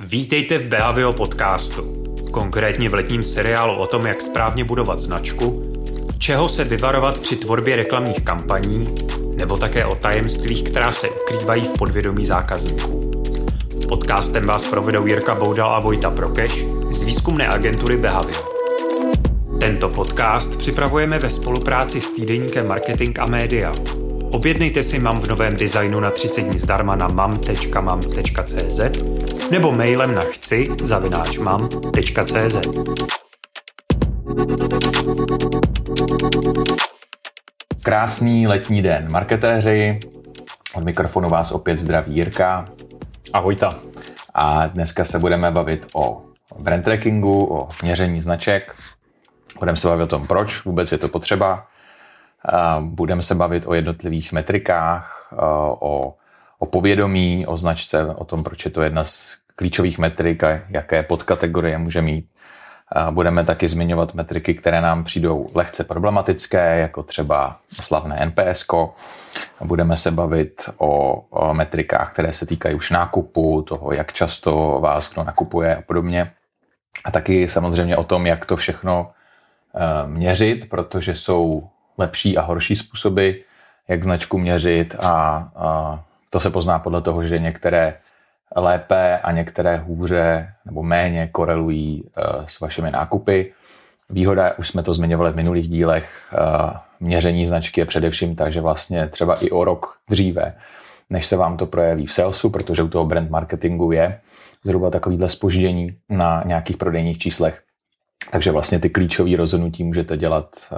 Vítejte v Behavio podcastu, konkrétně v letním seriálu o tom, jak správně budovat značku, čeho se vyvarovat při tvorbě reklamních kampaní, nebo také o tajemstvích, která se ukrývají v podvědomí zákazníků. Podcastem vás provedou Jirka Boudal a Vojta Prokeš z výzkumné agentury Behavio. Tento podcast připravujeme ve spolupráci s týdeníkem Marketing a média. Objednejte si MAM v novém designu na 30 dní zdarma na mam.mam.cz nebo mailem na chci@mam.cz. Krásný letní den, marketéři. Od mikrofonu vás opět zdraví Jirka. A Vojta. A dneska se budeme bavit o brand trackingu, o měření značek. Budeme se bavit o tom, proč vůbec je to potřeba. Budeme se bavit o jednotlivých metrikách, o povědomí, o značce, o tom, proč je to jedna z klíčových metrik a jaké podkategorie může mít. Budeme taky zmiňovat metriky, které nám přijdou lehce problematické, jako třeba slavné NPS-ko. Budeme se bavit o metrikách, které se týkají už nákupu, toho, jak často vás kdo nakupuje a podobně. A taky samozřejmě o tom, jak to všechno měřit, protože jsou lepší a horší způsoby, jak značku měřit a to se pozná podle toho, že některé lépe a některé hůře nebo méně korelují s vašimi nákupy. Výhoda, už jsme to zmiňovali v minulých dílech, měření značky je především tak, že vlastně třeba i o rok dříve, než se vám to projeví v salesu, protože u toho brand marketingu je zhruba takovýhle zpoždění na nějakých prodejních číslech. Takže vlastně ty klíčové rozhodnutí můžete dělat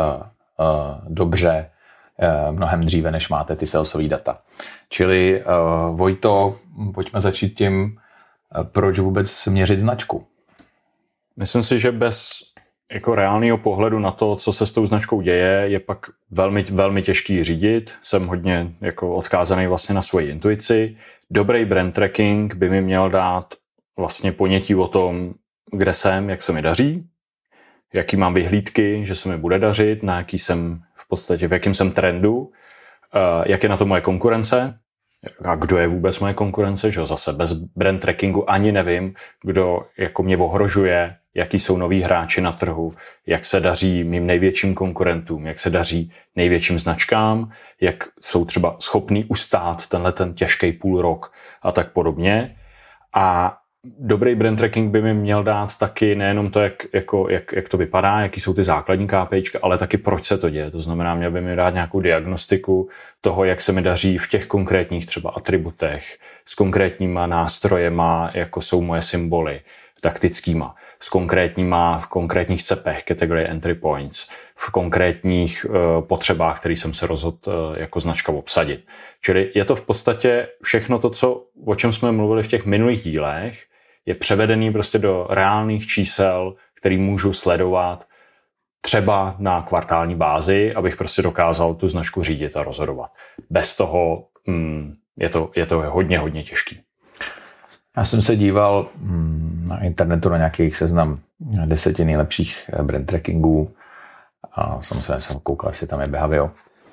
dobře mnohem dříve, než máte ty salesové data. Čili Vojto, pojďme začít tím, proč vůbec měřit značku. Myslím si, že bez jako reálného pohledu na to, co se s tou značkou děje, je pak velmi, velmi těžký řídit. Jsem hodně jako odkázaný vlastně na svoji intuici. Dobrý brand tracking by mi měl dát vlastně ponětí o tom, kde jsem, jak se mi daří, jaký mám vyhlídky, že se mi bude dařit, na jaký jsem v podstatě, v jakém jsem trendu, jak je na to moje konkurence a kdo je vůbec moje konkurence, že zase bez brand trackingu ani nevím, kdo jako mě ohrožuje, jaký jsou noví hráči na trhu, jak se daří mým největším konkurentům, jak se daří největším značkám, jak jsou třeba schopný ustát ten těžký půl rok a tak podobně. A dobrý brand tracking by mi měl dát taky nejenom to, jak to vypadá, jaký jsou ty základní KPIčka, ale taky proč se to děje. To znamená, měl by mi dát nějakou diagnostiku toho, jak se mi daří v těch konkrétních třeba atributech, s konkrétníma nástrojema, jako jsou moje symboly, taktickýma, v konkrétních cepech, category entry points, v konkrétních potřebách, které jsem se rozhodl jako značka obsadit. Čili je to v podstatě všechno to, o čem jsme mluvili v těch minulých dílech, je převedený prostě do reálných čísel, který můžu sledovat třeba na kvartální bázi, abych prostě dokázal tu značku řídit a rozhodovat. Bez toho je to hodně, hodně těžký. Já jsem se díval na internetu na nějakých seznam 10 nejlepších brand trackingů a samozřejmě jsem koukal, jestli tam je Behavio.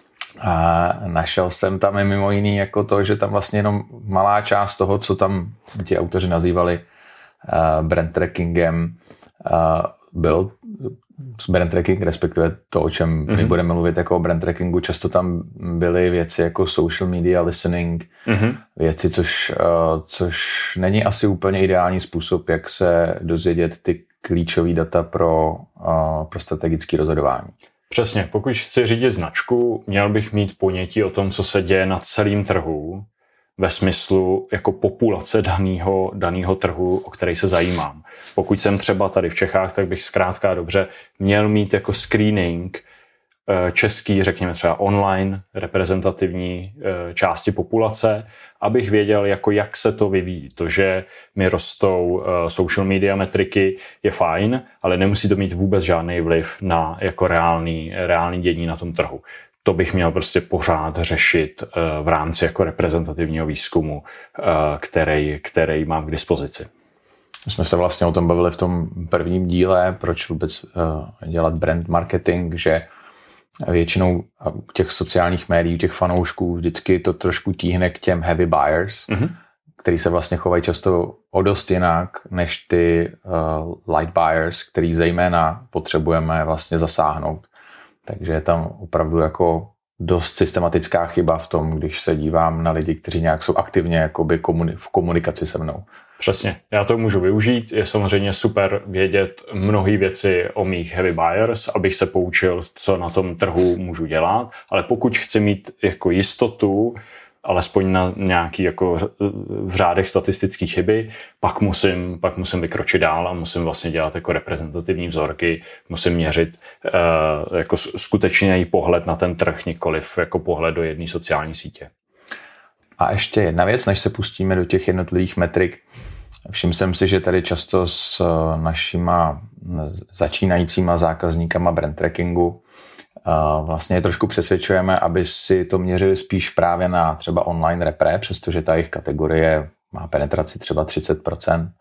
A našel jsem tam i mimo jiný jako to, že tam vlastně jenom malá část toho, co tam ti autoři nazývali brand trackingem, byl brand tracking, respektive to, o čem my budeme mluvit jako o brand trackingu. Často tam byly věci jako social media listening, věci, což není asi úplně ideální způsob, jak se dozvědět ty klíčové data pro strategické rozhodování. Přesně, pokud chci řídit značku, měl bych mít ponětí o tom, co se děje na celém trhu, ve smyslu jako populace daného trhu, o který se zajímám. Pokud jsem třeba tady v Čechách, tak bych zkrátka dobře měl mít jako screening český, řekněme třeba online reprezentativní části populace, abych věděl, jako jak se to vyvíjí. To, že mi rostou social media metriky, je fajn, ale nemusí to mít vůbec žádný vliv na jako reálný dění na tom trhu. To bych měl prostě pořád řešit v rámci jako reprezentativního výzkumu, který mám k dispozici. My jsme se vlastně o tom bavili v tom prvním díle, proč vůbec dělat brand marketing, že většinou u těch sociálních médií, u těch fanoušků vždycky to trošku tíhne k těm heavy buyers, který se vlastně chovají často o dost jinak než ty light buyers, který zejména potřebujeme vlastně zasáhnout. Takže je tam opravdu jako dost systematická chyba v tom, když se dívám na lidi, kteří nějak jsou aktivně jakoby v komunikaci se mnou. Přesně, já to můžu využít. Je samozřejmě super vědět mnohé věci o mých heavy buyers, abych se poučil, co na tom trhu můžu dělat, ale pokud chci mít jako jistotu, alespoň na nějaký jako v řádech statistických chyby, pak musím vykročit dál a musím vlastně dělat jako reprezentativní vzorky, musím měřit jako skutečný pohled na ten trh, nikoliv jako pohled do jedné sociální sítě. A ještě jedna věc, než se pustíme do těch jednotlivých metrik. Všiml jsem si, že tady často s našima začínajícíma zákazníkama brand trackingu vlastně trošku přesvědčujeme, aby si to měřili spíš právě na třeba online repre, přestože ta jejich kategorie má penetraci třeba 30%.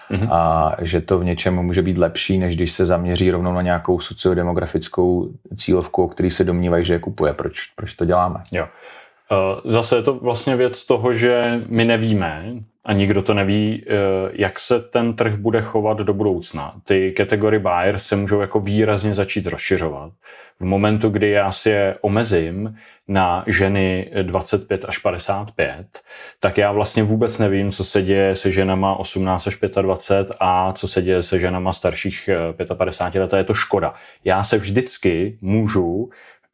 A že to v něčem může být lepší, než když se zaměří rovnou na nějakou sociodemografickou cílovku, o který se domnívají, že je kupuje. Proč to děláme? Jo. Zase je to vlastně věc toho, že my nevíme a nikdo to neví, jak se ten trh bude chovat do budoucna. Ty category buyers se můžou jako výrazně začít rozšiřovat. V momentu, kdy já si je omezím na ženy 25 až 55, tak já vlastně vůbec nevím, co se děje se ženama 18 až 25 a co se děje se ženama starších 55 let. A je to škoda. Já se vždycky můžu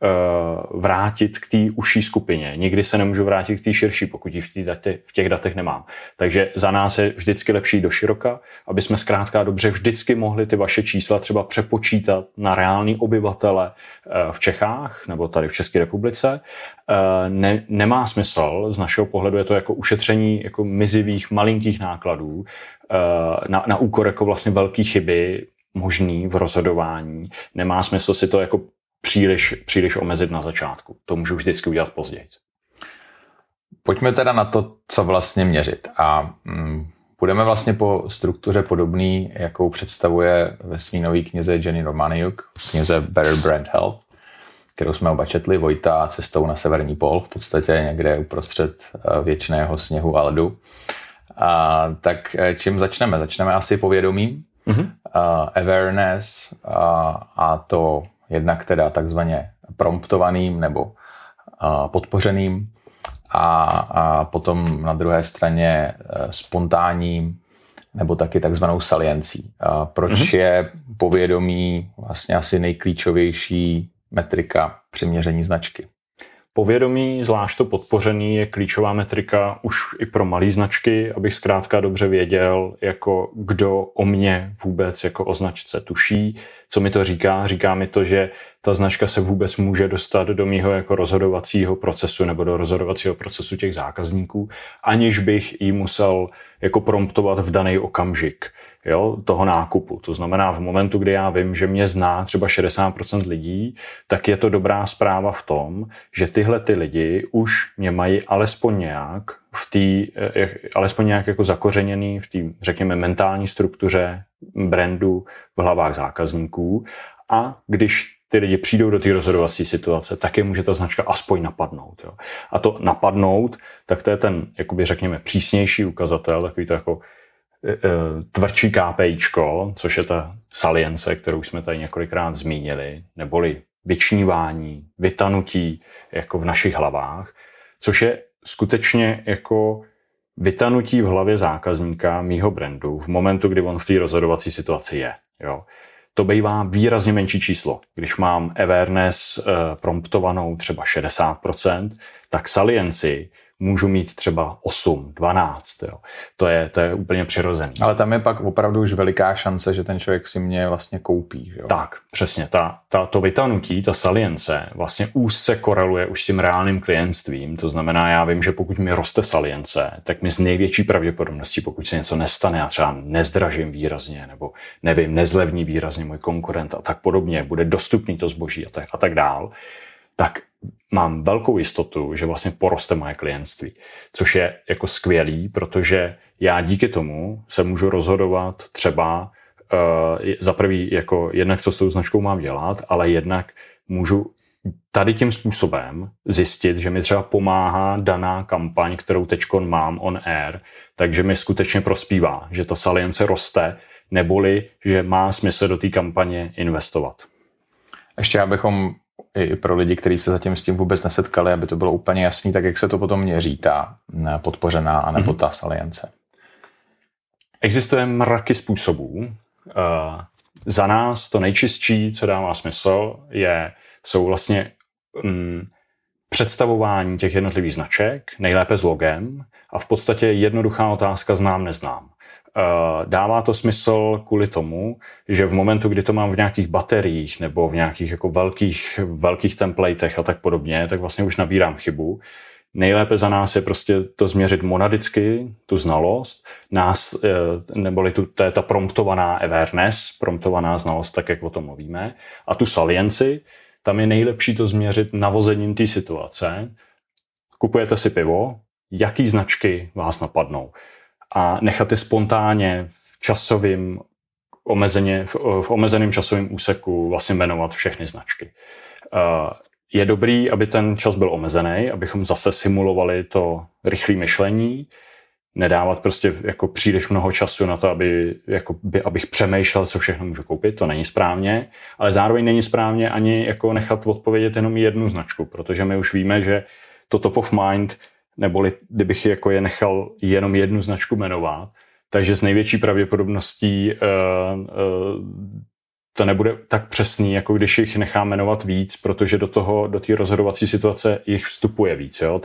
vrátit k té užší skupině. Nikdy se nemůžu vrátit k té širší, pokud ji v těch datech nemám. Takže za nás je vždycky lepší do široka, aby jsme zkrátka dobře vždycky mohli ty vaše čísla třeba přepočítat na reální obyvatele v Čechách nebo tady v České republice. Nemá smysl, z našeho pohledu je to jako ušetření jako mizivých malinkých nákladů na úkor jako vlastně velký chyby možný v rozhodování. Nemá smysl si to jako příliš omezit na začátku. To můžu vždycky udělat později. Pojďme teda na to, co vlastně měřit. A budeme vlastně po struktuře podobný, jakou představuje ve svý nový knize Jenny Romaniuk, knize Better Brand Health, kterou jsme oba četli, Vojta cestou na severní pól, v podstatě někde uprostřed věčného sněhu a ledu. Tak čím začneme? Začneme asi povědomím, awareness a to jednak teda takzvaně promptovaným nebo podpořeným a potom na druhé straně spontánním nebo taky takzvanou saliencí. Proč je povědomí vlastně asi nejklíčovější metrika při měření značky? Povědomí, zvlášť to podpořený, je klíčová metrika už i pro malé značky, abych zkrátka dobře věděl, jako kdo o mě vůbec jako o značce tuší, co mi to říká. Říká mi to, že ta značka se vůbec může dostat do mýho jako rozhodovacího procesu nebo do rozhodovacího procesu těch zákazníků, aniž bych jí musel jako promptovat v daný okamžik, jo, toho nákupu. To znamená, v momentu, kdy já vím, že mě zná třeba 60% lidí, tak je to dobrá zpráva v tom, že tyhle ty lidi už mě mají alespoň nějak jako zakořeněný v té, řekněme, mentální struktuře brandu v hlavách zákazníků, a když ty lidi přijdou do té rozhodovací situace, tak je může ta značka aspoň napadnout. Jo. A to napadnout, tak to je ten, jakoby řekněme, přísnější ukazatel, takový to jako tvrdší KPIčko, což je ta salience, kterou jsme tady několikrát zmínili, neboli vyčnívání, vytanutí jako v našich hlavách, což je skutečně jako vytanutí v hlavě zákazníka mýho brandu v momentu, kdy on v té rozhodovací situaci je. Jo. To bývá výrazně menší číslo. Když mám awareness promptovanou třeba 60%, tak salienci můžu mít třeba 8, 12. Jo. To je úplně přirozený. Ale tam je pak opravdu už veliká šance, že ten člověk si mě vlastně koupí. Jo? Tak, přesně. To vytanutí, ta salience vlastně úzce koreluje už s tím reálným klientstvím. To znamená, já vím, že pokud mi roste salience, tak mi z největší pravděpodobností, pokud se něco nestane, já třeba nezdražím výrazně, nebo nevím, nezlevní výrazně můj konkurent a tak podobně, bude dostupný to zboží a tak dál, tak mám velkou jistotu, že vlastně poroste moje klientství, což je jako skvělý, protože já díky tomu se můžu rozhodovat třeba za prvý jako jednak co s tou značkou mám dělat, ale jednak můžu tady tím způsobem zjistit, že mi třeba pomáhá daná kampaň, kterou teďkon mám on air, takže mi skutečně prospívá, že ta salience roste, neboli, že má smysl do té kampaně investovat. Ještě abychom i pro lidi, kteří se zatím s tím vůbec nesetkali, aby to bylo úplně jasný, tak jak se to potom měří, ta podpořená anebo ta salience? Existuje mraky způsobů. Za nás to nejčistší, co dává smysl, jsou vlastně představování těch jednotlivých značek, nejlépe s logem a v podstatě jednoduchá otázka znám, neznám. Dává to smysl kvůli tomu, že v momentu, kdy to mám v nějakých bateriích nebo v nějakých jako velkých templatech a tak podobně, tak vlastně už nabírám chybu. Nejlépe za nás je prostě to změřit monadicky, tu znalost, neboli to je ta promptovaná awareness, promptovaná znalost, tak jak o tom mluvíme, a tu salienci, tam je nejlepší to změřit navozením té situace. Kupujete si pivo, jaký značky vás napadnou a nechat je spontánně v omezeném časovém úseku vlastně jmenovat všechny značky. Je dobrý, aby ten čas byl omezený, abychom zase simulovali to rychlé myšlení, nedávat prostě jako příliš mnoho času na to, abych přemýšlel, co všechno můžu koupit, to není správně, ale zároveň není správně ani jako nechat odpovědět jenom jednu značku, protože my už víme, že to top of mind, neboli kdybych jako je nechal jenom jednu značku jmenovat, takže s největší pravděpodobností to nebude tak přesný, jako když jich nechám jmenovat víc, protože do té rozhodovací situace jich vstupuje víc. Jo?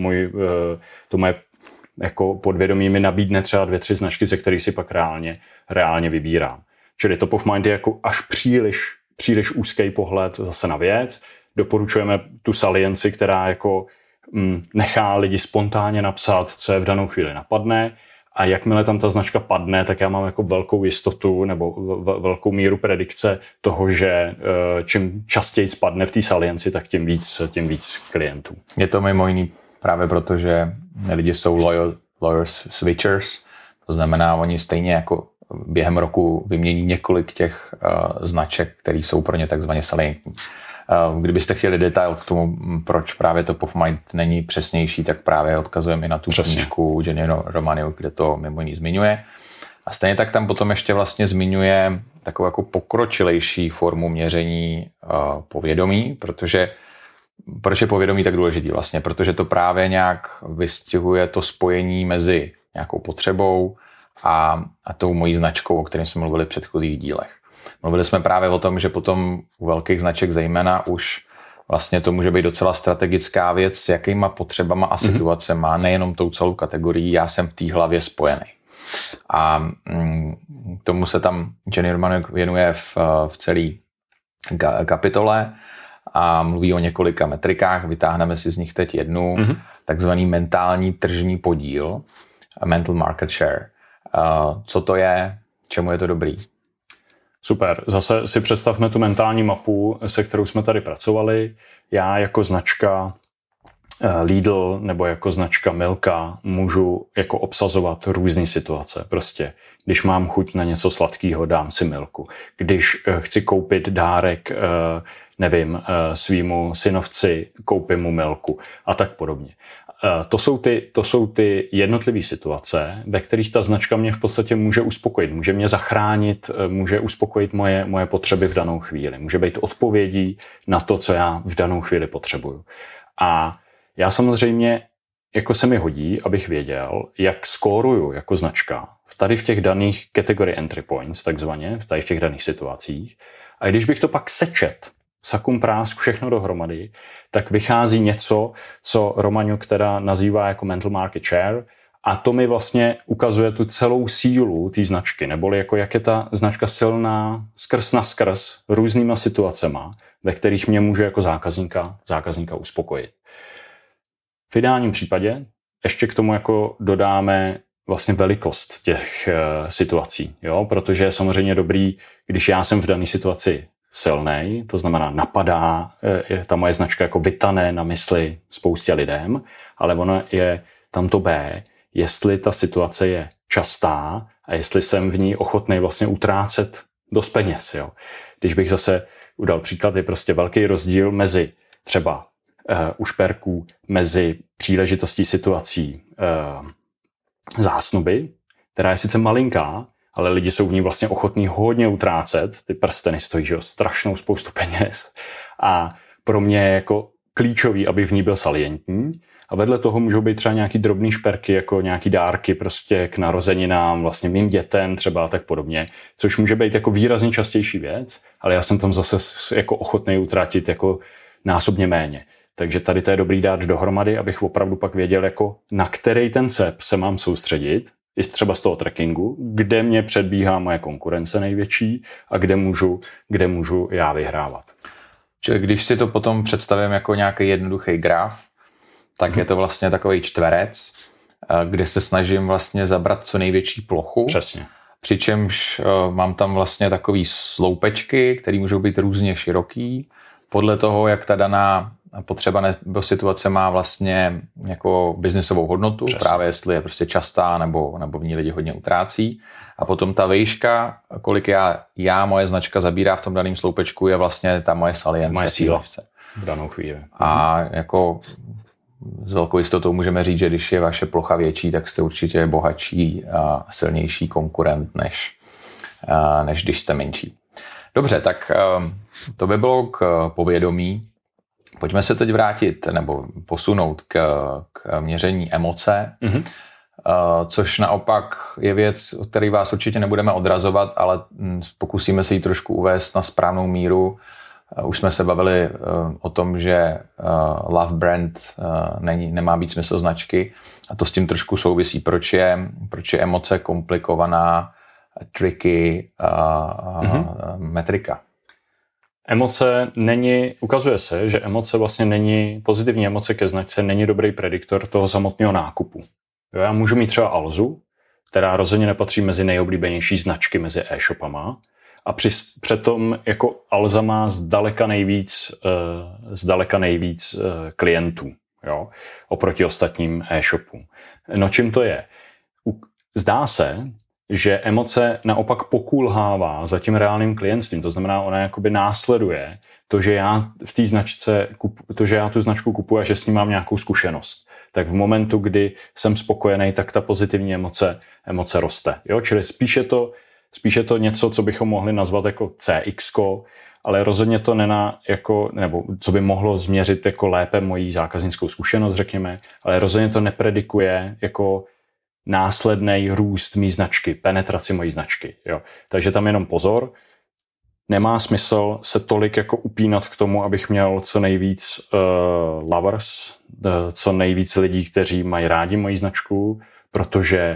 To moje jako podvědomí mi nabídne třeba 2-3 značky, ze kterých si pak reálně vybírám. Čili top of mind je jako až příliš úzký pohled zase na věc. Doporučujeme tu salienci, která jako nechá lidi spontánně napsat, co je v danou chvíli napadne, a jakmile tam ta značka padne, tak já mám jako velkou jistotu nebo velkou míru predikce toho, že čím častěji spadne v té salienci, tak tím víc klientů. Je to mimo jiný právě proto, že lidi jsou loyal switchers, to znamená, oni stejně jako během roku vymění několik těch značek, které jsou pro ně takzvaně salientní. Kdybyste chtěli detail k tomu, proč právě top of mind není přesnější, tak právě odkazujeme i na tu knížku Jenny Romaniuk, kde to mimo jiný zmiňuje. A stejně tak tam potom ještě vlastně zmiňuje takovou jako pokročilejší formu měření povědomí, protože proč je povědomí tak důležitý vlastně? Protože to právě nějak vystihuje to spojení mezi nějakou potřebou a tou mojí značkou, o kterém jsme mluvili v předchozích dílech. Mluvili jsme právě o tom, že potom u velkých značek zejména už vlastně to může být docela strategická věc, s jakýma potřebama a situacema, nejenom tou celou kategorií, já jsem v té hlavě spojený. A tomu se tam Jenny Romaniuk věnuje v celé kapitole a mluví o několika metrikách, vytáhneme si z nich teď jednu, takzvaný mentální tržní podíl, mental market share. Co to je, čemu je to dobrý? Super. Zase si představme tu mentální mapu, se kterou jsme tady pracovali. Já jako značka Lidl nebo jako značka Milka můžu jako obsazovat různé situace. Prostě, když mám chuť na něco sladkého, dám si Milku. Když chci koupit dárek, svýmu synovci, koupím mu Milku a tak podobně. To jsou ty jednotlivé situace, ve kterých ta značka mě v podstatě může uspokojit, může mě zachránit, může uspokojit moje potřeby v danou chvíli. Může být odpovědí na to, co já v danou chvíli potřebuju. A já samozřejmě, jako se mi hodí, abych věděl, jak skóruju jako značka tady v těch daných category entry points, takzvaně, tady v těch daných situacích. A když bych to pak sečet, sakum prásk, všechno dohromady, tak vychází něco, co Romaniuk teda nazývá jako mental market share, a to mi vlastně ukazuje tu celou sílu té značky, neboli jako jak je ta značka silná skrz na skrz různýma situacema, ve kterých mě může jako zákazníka uspokojit. V ideálním případě ještě k tomu jako dodáme vlastně velikost těch situací, jo? Protože je samozřejmě dobrý, když já jsem v dané situaci silnej, to znamená napadá, ta moje značka jako vytane na mysli spoustě lidem, ale ono je tam to B, jestli ta situace je častá a jestli jsem v ní ochotný vlastně utrácet dost peněz. Jo. Když bych zase udal příklad, je prostě velký rozdíl mezi třeba u šperků mezi příležitostí situací zásnuby, která je sice malinká, ale lidi jsou v ní vlastně ochotní hodně utrácet. Ty prsteny stojí, že jo, strašnou spoustu peněz. A pro mě je jako klíčový, aby v ní byl salientní. A vedle toho můžou být třeba nějaký drobný šperky, jako nějaký dárky prostě k narozeninám, vlastně mým dětem třeba a tak podobně, což může být jako výrazně častější věc, ale já jsem tam zase jako ochotný utratit jako násobně méně. Takže tady to je dobrý dát dohromady, abych opravdu pak věděl, jako na který ten cep se mám soustředit, i třeba z toho trackingu, kde mě předbíhá moje konkurence největší a kde můžu já vyhrávat. Čili když si to potom představím jako nějaký jednoduchý graf, tak je to vlastně takový čtverec, kde se snažím vlastně zabrat co největší plochu. Přesně. Přičemž mám tam vlastně takový sloupečky, které můžou být různě široký, podle toho, jak ta daná potřeba nebo situace má vlastně jako biznisovou hodnotu, Přesně. právě jestli je prostě častá nebo v ní lidi hodně utrácí. A potom ta výška, kolik moje značka zabírá v tom daném sloupečku, je vlastně ta moje salience. Moje síla v danou chvíli. A jako s velkou jistotou můžeme říct, že když je vaše plocha větší, tak jste určitě bohatší a silnější konkurent, než když jste menší. Dobře, tak to by bylo k povědomí. Pojďme se teď vrátit nebo posunout k měření emoce, což naopak je věc, od které vás určitě nebudeme odrazovat, ale pokusíme se ji trošku uvést na správnou míru. Už jsme se bavili o tom, že love brand nemá být smysl značky a to s tím trošku souvisí. Proč je emoce komplikovaná, tricky metrika? Ukazuje se, že emoce vlastně pozitivní emoce ke značce není dobrý prediktor toho samotného nákupu. Já můžu mít třeba Alzu, která rozhodně nepatří mezi nejoblíbenější značky mezi e-shopama, a přitom jako Alza má zdaleka nejvíc klientů, jo, oproti ostatním e-shopům. No čím to je? Zdá se, že emoce naopak pokulhává za tím reálným klientstvím. To znamená, ona jakoby následuje to, že já v té značce tu značku kupuji a že s ní mám nějakou zkušenost. Tak v momentu, kdy jsem spokojený, tak ta pozitivní emoce roste. Jo? Čili spíše to něco, co bychom mohli nazvat jako CX-ko, ale rozhodně to nebo co by mohlo změřit jako lépe moji zákaznickou zkušenost, řekněme, ale rozhodně to nepredikuje jako následný růst mý značky, penetraci mojí značky. Jo. Takže tam jenom pozor, nemá smysl se tolik jako upínat k tomu, abych měl co nejvíc lovers, co nejvíc lidí, kteří mají rádi moji značku, protože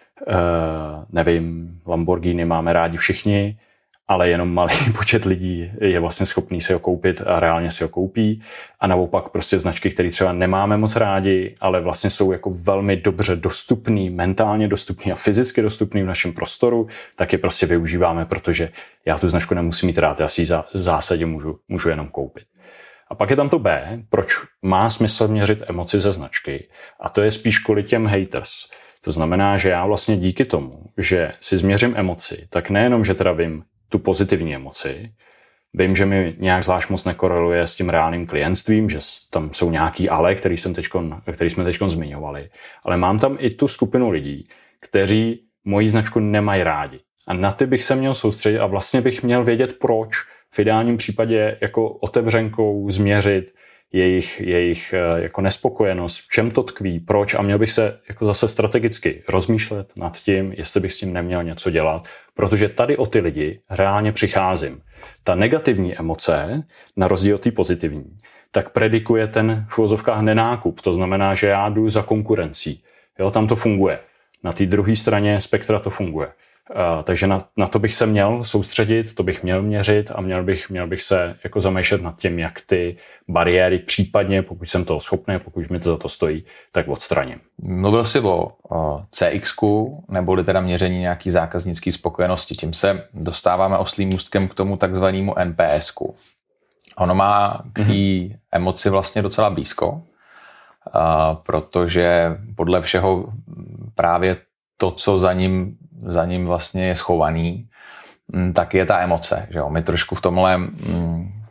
nevím, Lamborghini máme rádi všichni, ale jenom malý počet lidí je vlastně schopný si ho koupit a reálně si ho koupí. A naopak prostě značky, které třeba nemáme moc rádi, ale vlastně jsou jako velmi dobře dostupný, mentálně dostupný a fyzicky dostupný v našem prostoru, tak je prostě využíváme, protože já tu značku nemusím mít rád, já si ji v zásadě můžu jenom koupit. A pak je tam to B, proč má smysl měřit emoci ze značky, a to je spíš kvůli těm haters. To znamená, že já vlastně díky tomu, že si změřím emoci, tak nejenom, že teda vím tu pozitivní emoci, vím, že mi nějak zvlášť moc nekoreluje s tím reálným klientstvím, že tam jsou nějaký ale, který jsme teďkon zmiňovali, ale mám tam i tu skupinu lidí, kteří moji značku nemají rádi. A na ty bych se měl soustředit a vlastně bych měl vědět, proč v ideálním případě jako otevřenkou změřit jejich jako nespokojenost, v čem to tkví, proč, a měl bych se jako zase strategicky rozmýšlet nad tím, jestli bych s tím neměl něco dělat, protože tady o ty lidi reálně přicházím. Ta negativní emoce, na rozdíl od té pozitivní, tak predikuje ten v uvozovkách nenákup, to znamená, že já jdu za konkurencí. Jo, tam to funguje. Na té druhé straně spektra to funguje. Takže na to bych se měl soustředit, to bych měl měřit a měl bych se jako zamýšlet nad tím, jak ty bariéry případně, pokud jsem toho schopný, pokud mi to za to stojí, tak odstraním. Mluvil jsi o CX-ku, neboli teda měření nějaký zákaznické spokojenosti. Tím se dostáváme oslím můstkem k tomu takzvanému NPS-ku. Ono má k té emoci vlastně docela blízko, protože podle všeho právě to, co za ním vlastně je schovaný, tak je ta emoce. Že jo? My trošku v tomhle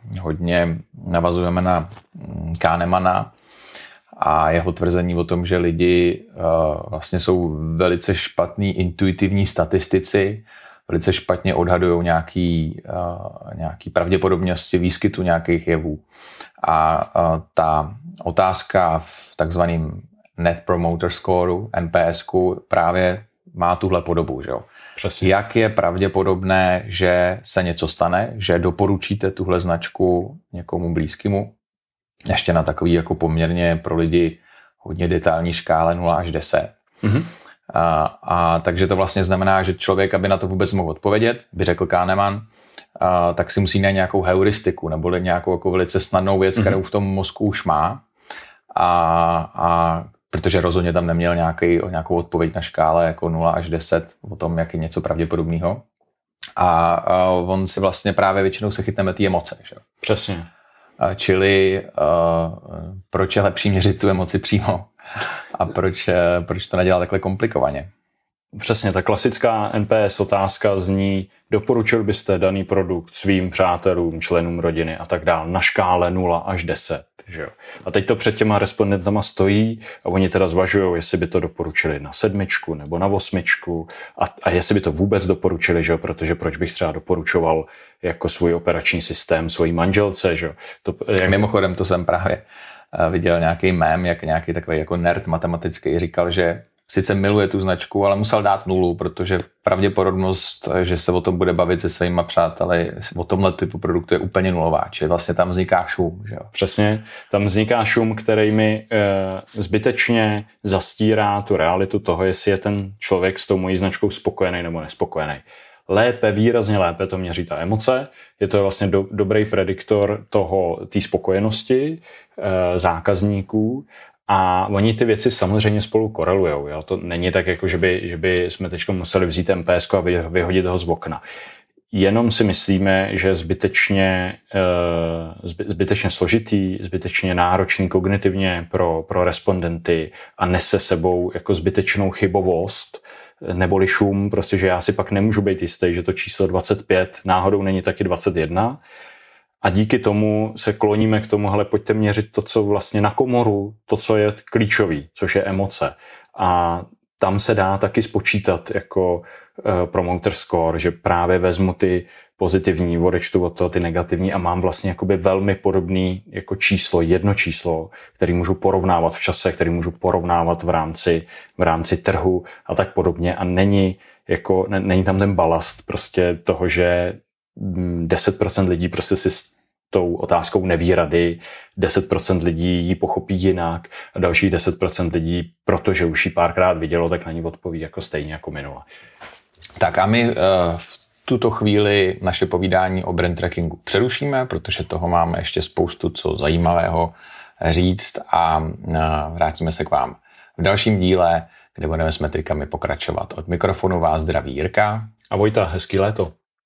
hodně navazujeme na Kahnemana a jeho tvrzení o tom, že lidi vlastně jsou velice špatní intuitivní statistici, velice špatně odhadují nějaký pravděpodobnosti výskytu nějakých jevů. A ta otázka v takzvaném Net Promoter Scoreu, NPS-ku, právě má tuhle podobu. Že jo? Přesně. Jak je pravděpodobné, že se něco stane, že doporučíte tuhle značku někomu blízkému, ještě na takový jako poměrně pro lidi hodně detailní škále 0 až 10. Mm-hmm. A takže to vlastně znamená, že člověk, aby na to vůbec mohl odpovědět, by řekl Kahneman, tak si musí najít nějakou heuristiku nebo nějakou jako velice snadnou věc, kterou v tom mozku už má. A protože rozhodně tam neměl nějakou odpověď na škále jako 0 až 10 o tom, jak je něco pravděpodobného. A on si vlastně právě většinou se chytneme ty emoce. Že? Přesně. Čili proč je lepší měřit tu emoci přímo a proč to nedělat takhle komplikovaně. Přesně, ta klasická NPS otázka zní, doporučil byste daný produkt svým přátelům, členům rodiny a tak dále na škále 0 až 10. Že jo? A teď to před těma respondentama stojí a oni teda zvažují, jestli by to doporučili na 7 nebo na 8 a jestli by to vůbec doporučili, že jo? Protože proč bych třeba doporučoval jako svůj operační systém svojí manželce. Že jo? Mimochodem to jsem právě viděl nějaký mém, jak nějaký takový jako nerd matematický říkal, že sice miluje tu značku, ale musel dát 0, protože pravděpodobnost, že se o tom bude bavit se svýma přáteli, o tomhle typu produktu je úplně nulová. Čili vlastně tam vzniká šum. Že jo? Přesně. Tam vzniká šum, který mi zbytečně zastírá tu realitu toho, jestli je ten člověk s tou mojí značkou spokojený nebo nespokojený. Výrazně lépe to měří ta emoce. Je to vlastně dobrý prediktor té spokojenosti zákazníků. A oni ty věci samozřejmě spolu korelujou. Jo? To není tak, jako že by jsme teď museli vzít MPS a vyhodit ho z okna. Jenom si myslíme, že je zbytečně složitý, zbytečně náročný kognitivně pro respondenty a nese sebou jako zbytečnou chybovost, neboli šum, prostě, že já si pak nemůžu být jistý, že to číslo 25 náhodou není taky 21. A díky tomu se kloníme k tomu, hele, pojďte měřit to, co vlastně na komoru, to, co je klíčový, což je emoce. A tam se dá taky spočítat jako promoter score, že právě vezmu ty pozitivní, odečtu od toho ty negativní a mám vlastně jakoby velmi podobný jako jedno číslo, který můžu porovnávat v čase, který můžu porovnávat v rámci trhu a tak podobně. A není tam ten balast prostě toho, že 10% lidí prostě si s tou otázkou neví rady, 10% lidí ji pochopí jinak a dalších 10% lidí, protože už ji párkrát vidělo, tak na ní odpoví jako stejně jako minule. Tak a my v tuto chvíli naše povídání o brand trackingu přerušíme, protože toho máme ještě spoustu co zajímavého říct a vrátíme se k vám v dalším díle, kde budeme s metrikami pokračovat. Od mikrofonu vás zdraví Jirka a Vojta, hezký léto.